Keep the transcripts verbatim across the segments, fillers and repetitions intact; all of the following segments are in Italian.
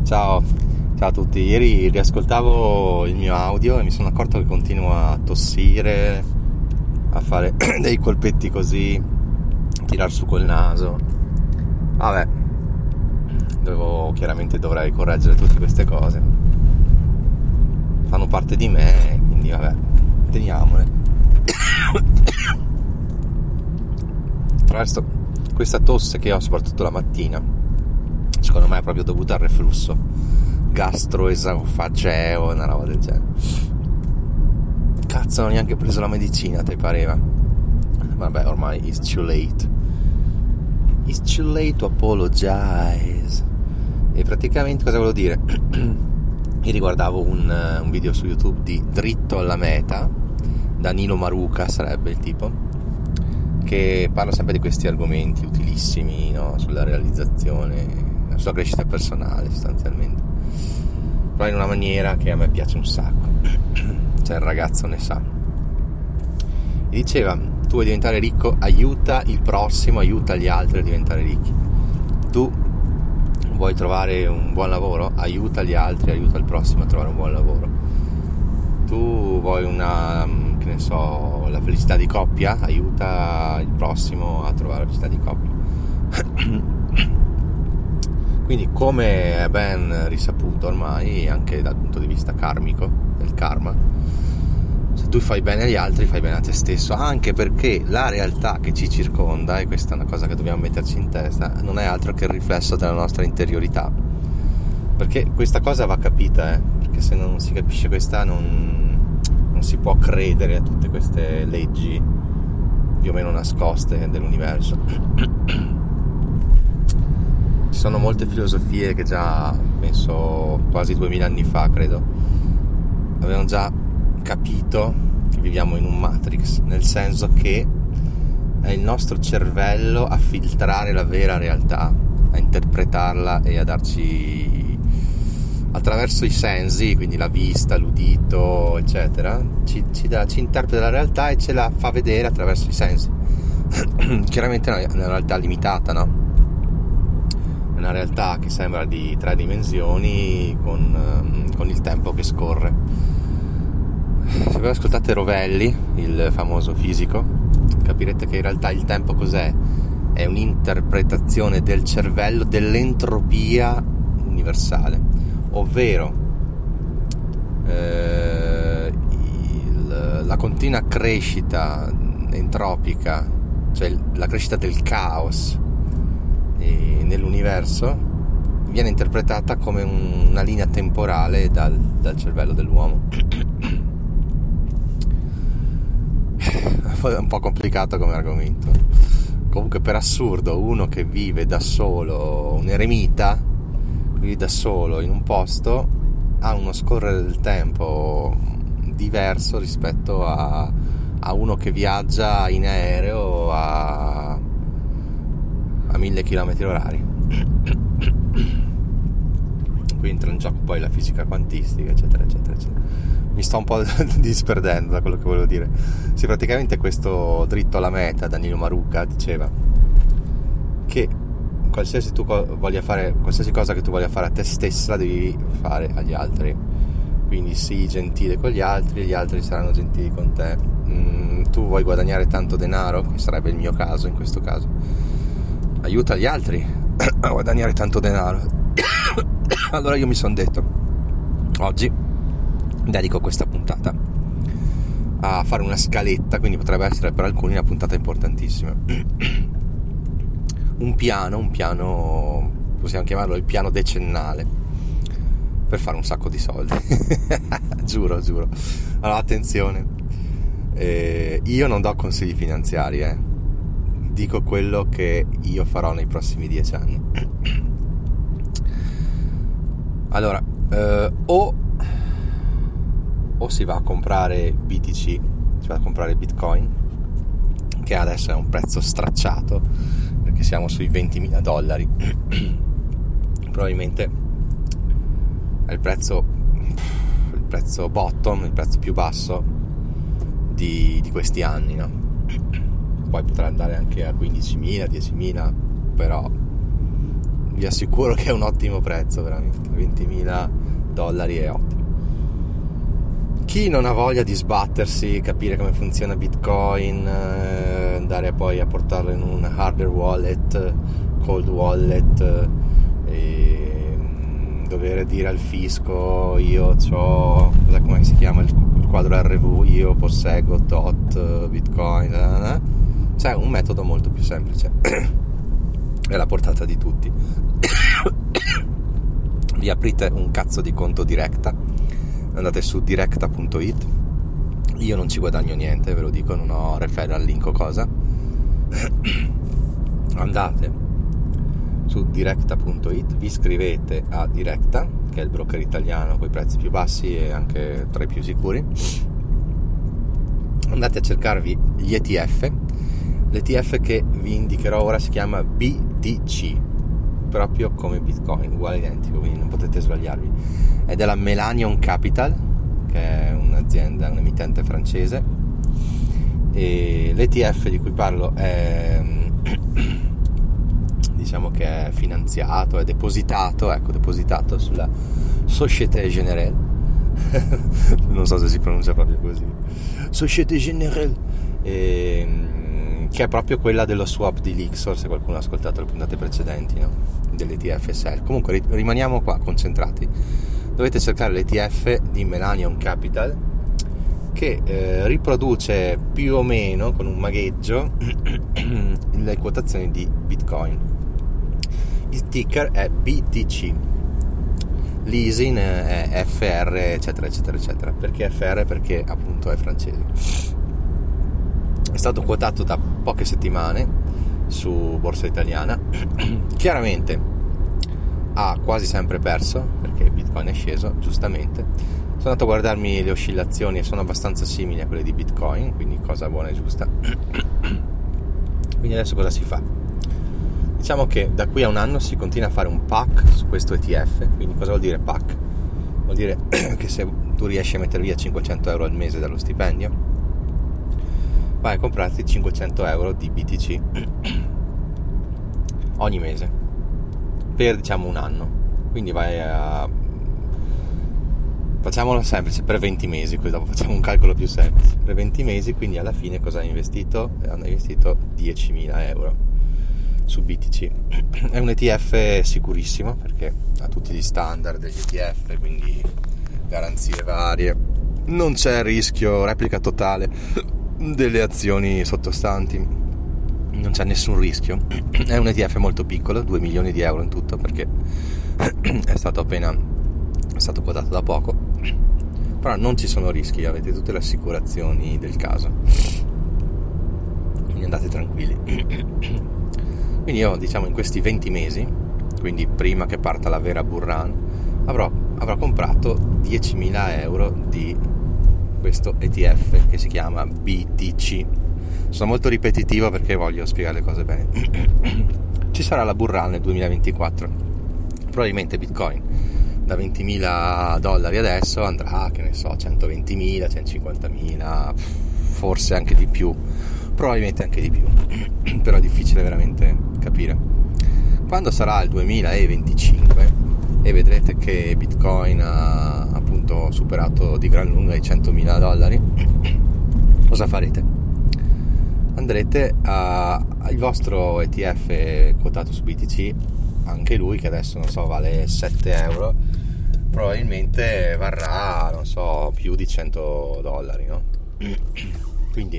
Ciao, ciao a tutti. Ieri riascoltavo il mio audio e mi sono accorto che continuo a tossire, a fare dei colpetti così, tirar su col naso. Vabbè, devo, chiaramente dovrei correggere tutte queste cose. Fanno parte di me, quindi vabbè, teniamole. Tra l'altro, questa tosse che ho soprattutto la mattina, secondo me è proprio dovuta al reflusso gastroesofageo, una roba del genere. Cazzo, non ho neanche preso la medicina, te pareva? Vabbè, ormai it's too late. It's too late to apologize. E praticamente cosa volevo dire? Io riguardavo un, un video su YouTube di Dritto alla Meta, Danilo Maruca sarebbe il tipo, che parla sempre di questi argomenti utilissimi, no? Sulla realizzazione, sulla crescita personale sostanzialmente, però in una maniera che a me piace un sacco. Cioè il ragazzo ne sa. E diceva: tu vuoi diventare ricco, aiuta il prossimo, aiuta gli altri a diventare ricchi. Tu vuoi trovare un buon lavoro, aiuta gli altri, aiuta il prossimo a trovare un buon lavoro. Tu vuoi una, che ne so, la felicità di coppia, aiuta il prossimo a trovare la felicità di coppia. Quindi, come è ben risaputo ormai, anche dal punto di vista karmico, del karma, se tu fai bene agli altri, fai bene a te stesso, anche perché la realtà che ci circonda, e questa è una cosa che dobbiamo metterci in testa, non è altro che il riflesso della nostra interiorità. Perché questa cosa va capita, eh? Perché se non si capisce questa, non, non si può credere a tutte queste leggi più o meno nascoste dell'universo. Ci sono molte filosofie che già, penso quasi duemila anni fa, credo, avevano già capito che viviamo in un matrix, nel senso che è il nostro cervello a filtrare la vera realtà, a interpretarla e a darci, attraverso i sensi, quindi la vista, l'udito, eccetera, ci, ci, da, ci interpreta la realtà e ce la fa vedere attraverso i sensi. Chiaramente è una realtà limitata, no? È una realtà che sembra di tre dimensioni con, con il tempo che scorre. Se voi ascoltate Rovelli, il famoso fisico, capirete che in realtà il tempo cos'è? È un'interpretazione del cervello dell'entropia universale, ovvero eh, il, la continua crescita entropica, cioè la crescita del caos nell'universo, viene interpretata come un, una linea temporale dal, dal cervello dell'uomo. È un po' complicato come argomento. Comunque, per assurdo, uno che vive da solo, un eremita, vive da solo in un posto, ha uno scorrere del tempo diverso rispetto a, a uno che viaggia in aereo a a mille chilometri orari. Qui entra in gioco poi la fisica quantistica, eccetera eccetera eccetera. Mi sto un po' disperdendo da quello che volevo dire. Sì, praticamente questo Dritto alla Meta, Danilo Maruca, diceva che qualsiasi tu voglia fare, qualsiasi cosa che tu voglia fare a te stessa, la devi fare agli altri. Quindi sii gentile con gli altri, gli altri saranno gentili con te. Mm, tu vuoi guadagnare tanto denaro, che sarebbe il mio caso in questo caso, aiuta gli altri a guadagnare tanto denaro. Allora io mi sono detto, oggi dedico questa puntata a fare una scaletta, quindi potrebbe essere per alcuni una puntata importantissima. Un piano, un piano, possiamo chiamarlo il piano decennale, per fare un sacco di soldi. giuro, giuro. Allora, attenzione, eh, io non do consigli finanziari, eh. Dico quello che io farò nei prossimi dieci anni. Allora, eh, o o si va a comprare B T C, si va a comprare Bitcoin, che adesso è un prezzo stracciato perché siamo sui ventimila dollari. Probabilmente è il prezzo il prezzo bottom, il prezzo più basso di, di questi anni, no? Poi potrà andare anche a quindicimila, diecimila, però vi assicuro che è un ottimo prezzo, veramente. Ventimila dollari è ottimo. Chi non ha voglia di sbattersi, capire come funziona Bitcoin, eh, andare poi a portarlo in un hardware wallet, cold wallet, e dover dire al fisco io c'ho, come si chiama il, il quadro R V, io posseggo tot Bitcoin, eh? C'è un metodo molto più semplice, è alla portata di tutti. Vi aprite un cazzo di conto Directa, andate su directa punto it, io non ci guadagno niente, ve lo dico, non ho referral link o cosa. Andate su directa punto it, vi iscrivete a Directa, che è il broker italiano con i prezzi più bassi e anche tra i più sicuri. Andate a cercarvi gli E T F. L'E T F che vi indicherò ora si chiama B T C, proprio come Bitcoin, uguale identico, quindi non potete sbagliarvi. È della Millennium Capital, che è un'azienda, un emittente francese, e l'E T F di cui parlo è diciamo che è finanziato, è depositato, ecco, depositato sulla Société Générale non so se si pronuncia proprio così, Société Générale, e, che è proprio quella dello swap di Lixor, se qualcuno ha ascoltato le puntate precedenti, no? Dell'E T F S L. Comunque rimaniamo qua concentrati. Dovete cercare l'E T F di Millennium Capital, che eh, riproduce più o meno con un magheggio le quotazioni di Bitcoin. Il ticker è B T C, l'I S I N è F R, eccetera eccetera eccetera. Perché F R? Perché appunto è francese. È stato quotato da poche settimane su Borsa Italiana. Chiaramente ha quasi sempre perso, perché Bitcoin è sceso, giustamente. Sono andato a guardarmi le oscillazioni e sono abbastanza simili a quelle di Bitcoin, quindi cosa buona e giusta. Quindi adesso cosa si fa? Diciamo che da qui a un anno si continua a fare un pack su questo E T F. Quindi cosa vuol dire pack? Vuol dire che se tu riesci a mettere via cinquecento euro al mese dallo stipendio, vai a comprarti cinquecento euro di B T C ogni mese per, diciamo, un anno. Quindi vai a, facciamolo semplice, per venti mesi, così dopo facciamo un calcolo più semplice, per venti mesi. Quindi alla fine cosa hai investito? Hanno investito diecimila euro su B T C. È un E T F sicurissimo perché ha tutti gli standard degli E T F, quindi garanzie varie, non c'è rischio, replica totale delle azioni sottostanti, non c'è nessun rischio. È un E T F molto piccolo, due milioni di euro in tutto, perché è stato appena è stato quotato da poco, però non ci sono rischi, avete tutte le assicurazioni del caso, quindi andate tranquilli. Quindi io, diciamo, in questi venti mesi, quindi prima che parta la vera bull run, avrò, avrò comprato diecimila euro di questo E T F che si chiama B T C. Sono molto ripetitivo perché voglio spiegare le cose bene. Ci sarà la bull run nel duemilaventiquattro, probabilmente Bitcoin da ventimila dollari adesso andrà, che ne so, centoventimila, centocinquantamila, forse anche di più, probabilmente anche di più, però è difficile veramente capire. Quando sarà il duemilaventicinque e vedrete che Bitcoin ha appunto superato di gran lunga i centomila dollari, cosa farete? Andrete a, al vostro E T F quotato su B T C, anche lui che adesso non so vale sette euro, probabilmente varrà, non so, più di cento dollari, no? Quindi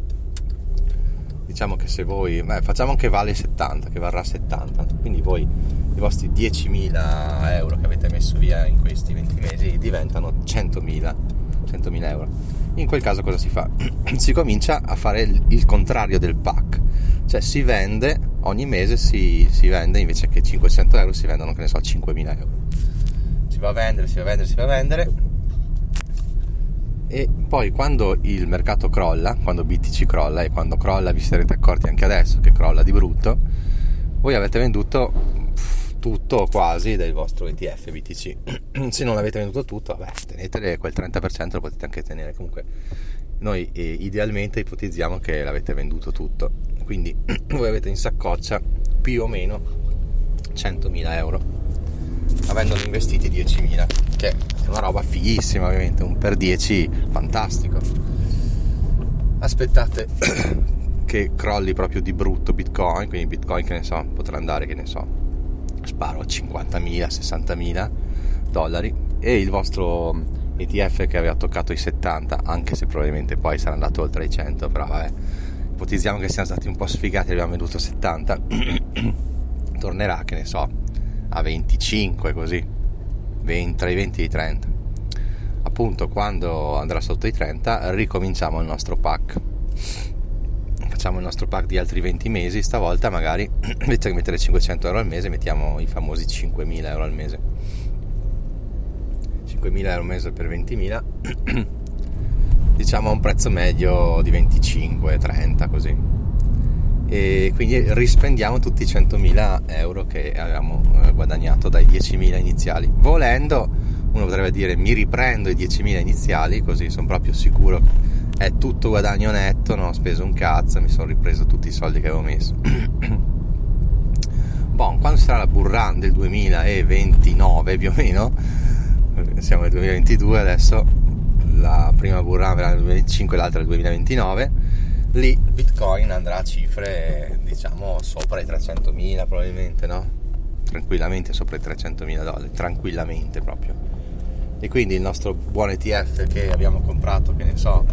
diciamo che se voi, beh, facciamo che vale settanta, che varrà settanta, quindi voi i vostri diecimila euro che avete messo via in questi venti mesi diventano centomila euro. In quel caso cosa si fa? Si comincia a fare il, il contrario del pack, cioè si vende ogni mese, si, si vende, invece che cinquecento euro si vendono, che ne so, cinquemila euro. Si va a vendere, si va a vendere, si va a vendere, e poi quando il mercato crolla, quando B T C crolla, e quando crolla vi sarete accorti anche adesso che crolla di brutto, voi avete venduto tutto o quasi del vostro E T F B T C. Se non avete venduto tutto, vabbè, tenetele, quel trenta per cento lo potete anche tenere. Comunque noi eh, idealmente ipotizziamo che l'avete venduto tutto, quindi voi avete in saccoccia più o meno centomila euro, avendone investiti diecimila, che è una roba fighissima, ovviamente, un per dieci fantastico. Aspettate che crolli proprio di brutto Bitcoin, quindi Bitcoin, che ne so, potrà andare, che ne so, sparo a cinquantamila, sessantamila dollari, e il vostro E T F che aveva toccato i settanta, anche se probabilmente poi sarà andato oltre i cento, però vabbè, ipotizziamo che siamo stati un po' sfigati e abbiamo venduto settanta, tornerà, che ne so, a venticinque, così, venti, tra i venti e i trenta. Appunto, quando andrà sotto i trenta ricominciamo il nostro pack, facciamo il nostro pack di altri venti mesi. Stavolta magari invece che mettere cinquecento euro al mese mettiamo i famosi cinquemila euro al mese, cinquemila euro al mese per ventimila, diciamo a un prezzo medio di venticinque trenta, così, e quindi rispendiamo tutti i centomila euro che avevamo guadagnato dai diecimila iniziali. Volendo, uno potrebbe dire mi riprendo i diecimila iniziali, così sono proprio sicuro, è tutto guadagno netto, non ho speso un cazzo, mi sono ripreso tutti i soldi che avevo messo. Bon, quando sarà la bull run del duemilaventinove più o meno, siamo nel duemilaventidue adesso, la prima bull run verrà nel duemilaventicinque, l'altra nel duemilaventinove, lì Bitcoin andrà a cifre, diciamo, sopra i trecentomila probabilmente, no? Tranquillamente sopra i trecentomila dollari, tranquillamente proprio. E quindi il nostro buon E T F che abbiamo comprato, che ne so,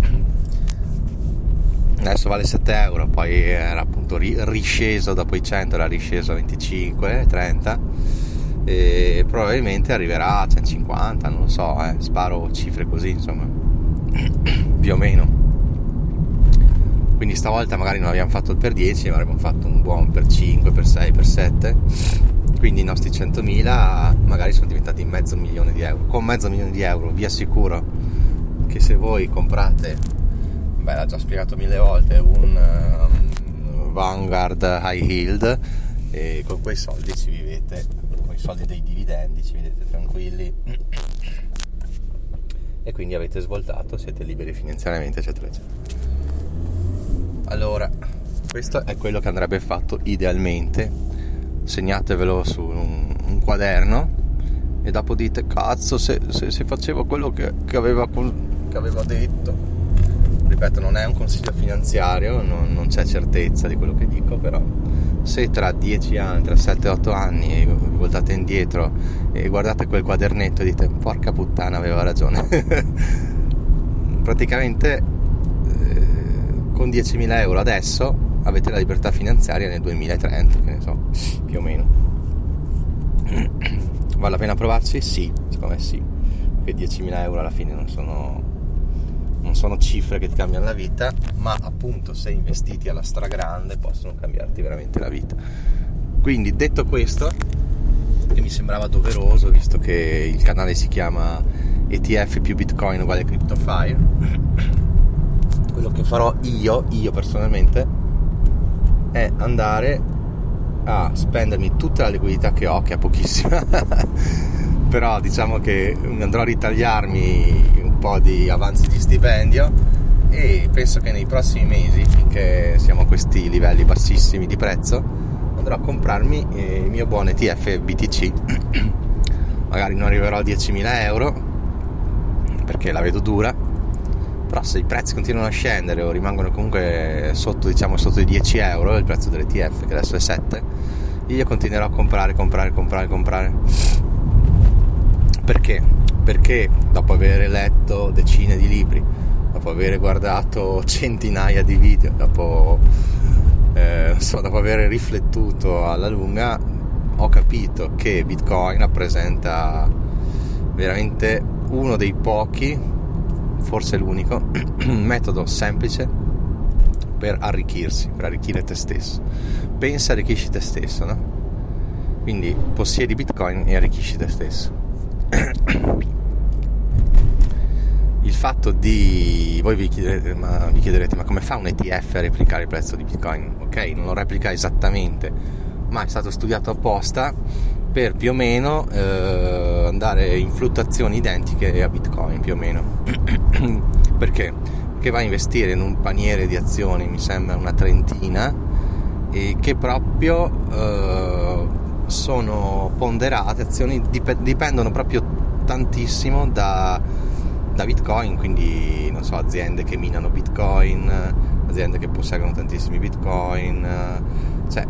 adesso vale sette euro, poi era appunto risceso dopo i cento, era risceso a venticinque trenta, e probabilmente arriverà a centocinquanta, non lo so, eh, sparo cifre così, insomma, più o meno. Quindi stavolta magari non abbiamo fatto il per dieci, ma avremmo fatto un buon per cinque, per sei, per sette, quindi i nostri centomila magari sono diventati mezzo milione di euro. Con mezzo milione di euro vi assicuro che se voi comprate, beh, l'ho già spiegato mille volte, un um, Vanguard High Yield, e con quei soldi ci vivete, con i soldi dei dividendi ci vedete tranquilli, e quindi avete svoltato, siete liberi finanziariamente, eccetera eccetera. Allora, questo è quello che andrebbe fatto idealmente. Segnatevelo su un, un quaderno e dopo dite cazzo, se, se, se facevo quello che, che, aveva, che avevo detto. Ripeto, non è un consiglio finanziario, non, non c'è certezza di quello che dico, però se tra dieci anni, tra sette otto anni vi voltate indietro e guardate quel quadernetto e dite porca puttana, aveva ragione, praticamente con diecimila euro adesso avete la libertà finanziaria nel duemilatrenta, che ne so, più o meno. Vale la pena provarci? Sì, secondo me sì, perché diecimila euro alla fine non sono non sono cifre che ti cambiano la vita, ma appunto se investiti alla stragrande possono cambiarti veramente la vita. Quindi, detto questo, che mi sembrava doveroso, visto che il canale si chiama E T F più Bitcoin uguale CryptoFire, quello che farò io, io personalmente, è andare a spendermi tutta la liquidità che ho, che è pochissima, però diciamo che andrò a ritagliarmi un po' di avanzi di stipendio, e penso che nei prossimi mesi, finché siamo a questi livelli bassissimi di prezzo, andrò a comprarmi il mio buon E T F B T C. Magari non arriverò a diecimila euro perché la vedo dura, però se i prezzi continuano a scendere o rimangono comunque sotto, diciamo sotto i dieci euro, il prezzo dell'E T F che adesso è sette, io continuerò a comprare, comprare, comprare, comprare. Perché? Perché dopo aver letto decine di libri, dopo aver guardato centinaia di video, dopo, eh, so, dopo aver riflettuto alla lunga, ho capito che Bitcoin rappresenta veramente uno dei pochi, forse l'unico, metodo semplice per arricchirsi, per arricchire te stesso. Pensa, arricchisci te stesso, no? Quindi possiedi Bitcoin e arricchisci te stesso. Il fatto di, voi vi chiederete, ma, vi chiederete ma come fa un E T F a replicare il prezzo di Bitcoin? Ok, non lo replica esattamente, ma è stato studiato apposta per più o meno eh, andare in fluttuazioni identiche a Bitcoin, più o meno. Perché? Perché va a investire in un paniere di azioni, mi sembra una trentina, e che proprio eh, sono ponderate, azioni dip- dipendono proprio tantissimo da, da Bitcoin, quindi non so, aziende che minano Bitcoin, aziende che posseggono tantissimi Bitcoin, cioè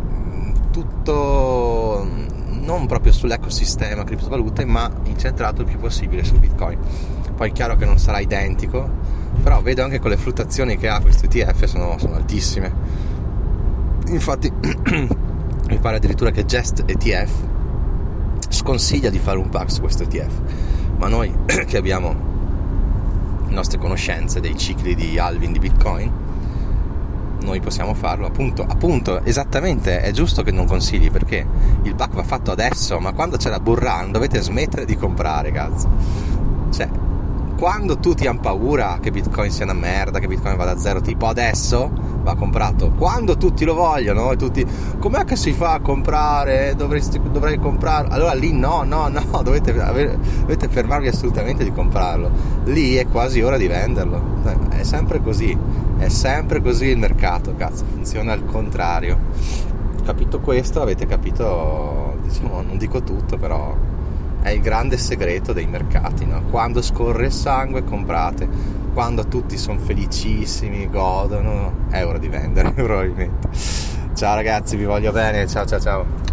tutto non proprio sull'ecosistema criptovalute, ma incentrato il più possibile su Bitcoin. Poi è chiaro che non sarà identico, però vedo anche con le fluttuazioni che ha questo E T F sono, sono altissime. Infatti mi pare addirittura che Jest E T F sconsiglia di fare un pack su questo E T F, ma noi che abbiamo le nostre conoscenze dei cicli di halving di Bitcoin, noi possiamo farlo. Appunto, appunto, esattamente, è giusto che non consigli, perché il pack va fatto adesso, ma quando c'è la bull run dovete smettere di comprare, cazzo. Cioè, quando tutti hanno paura che Bitcoin sia una merda, che Bitcoin vada a zero, tipo adesso va comprato. Quando tutti lo vogliono e tutti, com'è che si fa a comprare? Dovresti, dovrei comprarlo. Allora lì no, no, no, dovete, avere, dovete fermarvi assolutamente di comprarlo. Lì è quasi ora di venderlo. È sempre così, è sempre così il mercato, cazzo, funziona al contrario. Capito questo? Avete capito, diciamo, non dico tutto, però è il grande segreto dei mercati, no? Quando scorre il sangue comprate, quando tutti sono felicissimi, godono, è ora di vendere probabilmente. Ciao ragazzi, vi voglio bene, ciao ciao ciao.